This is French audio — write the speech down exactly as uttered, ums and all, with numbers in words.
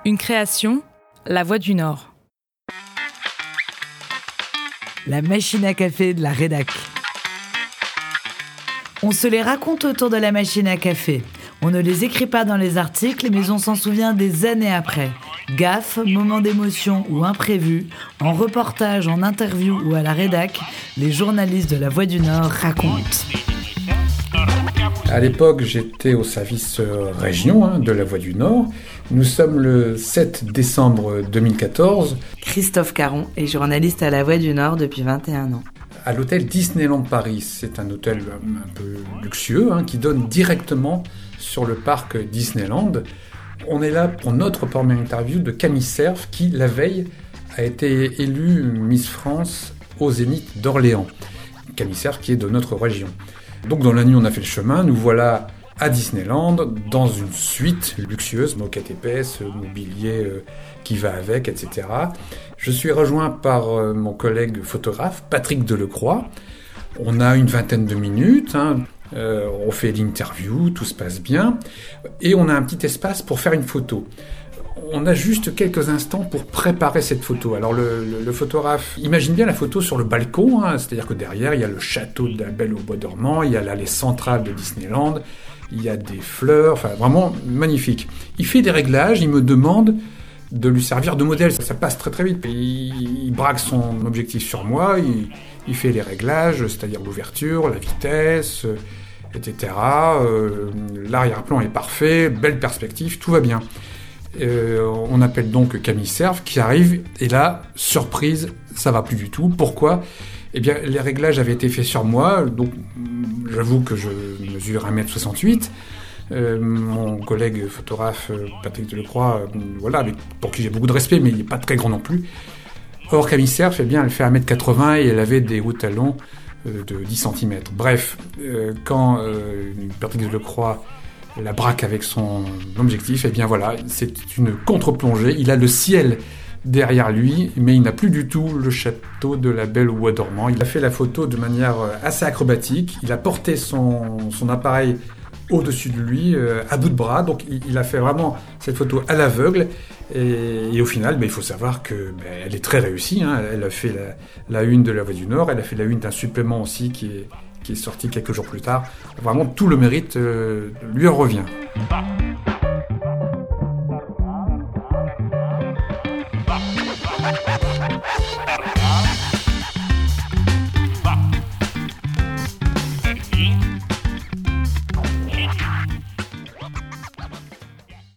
Une création, La Voix du Nord. La machine à café de la rédac. On se les raconte autour de la machine à café. On ne les écrit pas dans les articles, mais on s'en souvient des années après. Gaffe, moments d'émotion ou imprévus, en reportage, en interview ou à la rédac, les journalistes de La Voix du Nord racontent. À l'époque, j'étais au service région hein, de La Voix du Nord. Nous sommes le sept décembre deux mille quatorze. Christophe Caron est journaliste à La Voix du Nord depuis vingt et un ans. À l'hôtel Disneyland Paris. C'est un hôtel un peu luxueux hein, qui donne directement sur le parc Disneyland. On est là pour notre première interview de Camille Cerf qui, la veille, a été élue Miss France au Zénith d'Orléans. Camille Cerf qui est de notre région. Donc dans la nuit, on a fait le chemin. Nous voilà à Disneyland, dans une suite luxueuse, moquette épaisse, mobilier euh, qui va avec, et cetera. Je suis rejoint par euh, mon collègue photographe, Patrick Delecroix. On a une vingtaine de minutes, hein. euh, on fait l'interview, tout se passe bien. Et on a un petit espace pour faire une photo. On a juste quelques instants pour préparer cette photo. Alors le, le, le photographe imagine bien la photo sur le balcon, hein, c'est-à-dire que derrière il y a le château de la Belle au Bois dormant, il y a l'allée centrale de Disneyland, il y a des fleurs, enfin vraiment magnifique. Il fait des réglages, il me demande de lui servir de modèle, ça, ça passe très très vite. Il, il braque son objectif sur moi, il, il fait les réglages, c'est-à-dire l'ouverture, la vitesse, et cetera. Euh, l'arrière-plan est parfait, belle perspective, tout va bien. Euh, on appelle donc Camille Cerf qui arrive et là, surprise, ça va plus du tout. Pourquoi ? Eh bien, les réglages avaient été faits sur moi, donc j'avoue que je mesure un mètre soixante-huit. Euh, mon collègue photographe Patrick Delecroix, euh, voilà, avec, pour qui j'ai beaucoup de respect, mais il n'est pas très grand non plus. Or, Camille Cerf, eh bien, elle fait un mètre quatre-vingts et elle avait des hauts talons euh, de dix centimètres. Bref, euh, quand euh, Patrick Delecroix la braque avec son objectif, et eh bien voilà, c'est une contre-plongée. Il a le ciel derrière lui, mais il n'a plus du tout le château de la Belle au Bois dormant. Il a fait la photo de manière assez acrobatique. Il a porté son, son appareil au-dessus de lui, euh, à bout de bras. Donc il, il a fait vraiment cette photo à l'aveugle. Et, et au final, ben, il faut savoir que ben, elle est très réussie. Hein. Elle a fait la, la une de La Voix du Nord. Elle a fait la une d'un supplément aussi qui est qui est sorti quelques jours plus tard. Vraiment, tout le mérite euh, lui en revient.